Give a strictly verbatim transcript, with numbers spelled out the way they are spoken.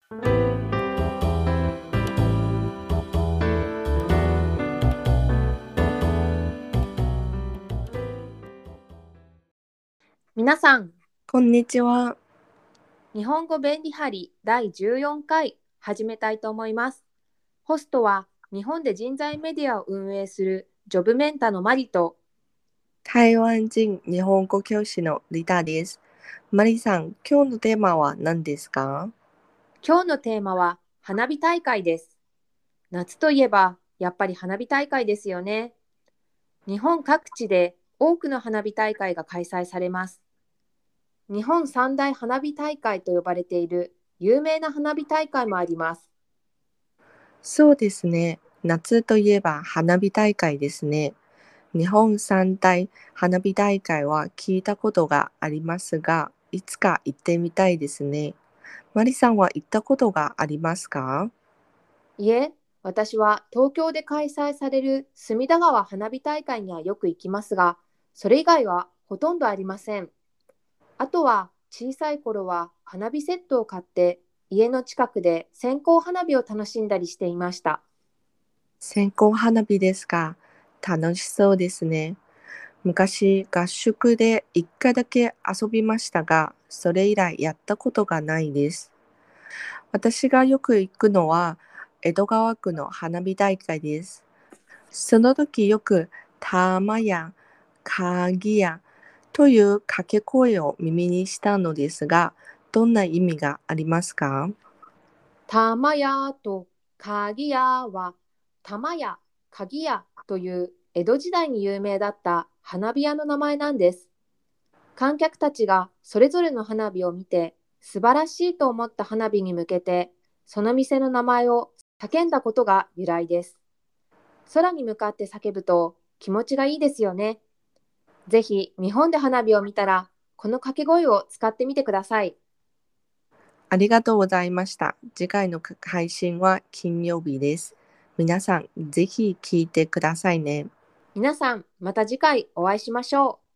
皆さん、 こんにちは。 日本語便利貼りだいじゅうよんかい始めたいと思います。ホストは日本で人材メディアを運営するジョブメンタのマリと、 台湾人日本語教師のリタです。マリさん、今日のテーマは何ですか？ 今日のテーマは花火大会です。夏といえばやっぱり花火大会ですよね。日本各地で多くの花火大会が開催されます。日本三大花火大会と呼ばれている有名な花火大会もあります。 そうですね。夏といえば花火大会ですね。日本三大花火大会は聞いたことがありますが、いつか行ってみたいですね。マリさんは行ったことがありますか？ いえ、私は東京で開催される隅田川花火大会にはよく行きますが、それ以外はほとんどありません。あとは小さい頃は花火セットを買って家の近くで線香花火を楽しんだりしていました。 線香花火ですか？楽しそうですね。昔、合宿で一回だけ遊びましたが、それ以来やったことがないです。私がよく行くのは、江戸川区の花火大会です。その時よく、玉や鍵やという掛け声を耳にしたのですが、どんな意味がありますか？ 玉屋と鍵屋は、玉屋、鍵屋という江戸時代に有名だった花火屋の名前なんです。観客たちがそれぞれの花火を見て素晴らしいと思った花火に向けてその店の名前を叫んだことが由来です。空に向かって叫ぶと気持ちがいいですよね。ぜひ日本で花火を見たらこの掛け声を使ってみてください。 ありがとうございました。次回の配信は金曜日です。皆さん、ぜひ聞いてくださいね。 皆さんまた次回お会いしましょう。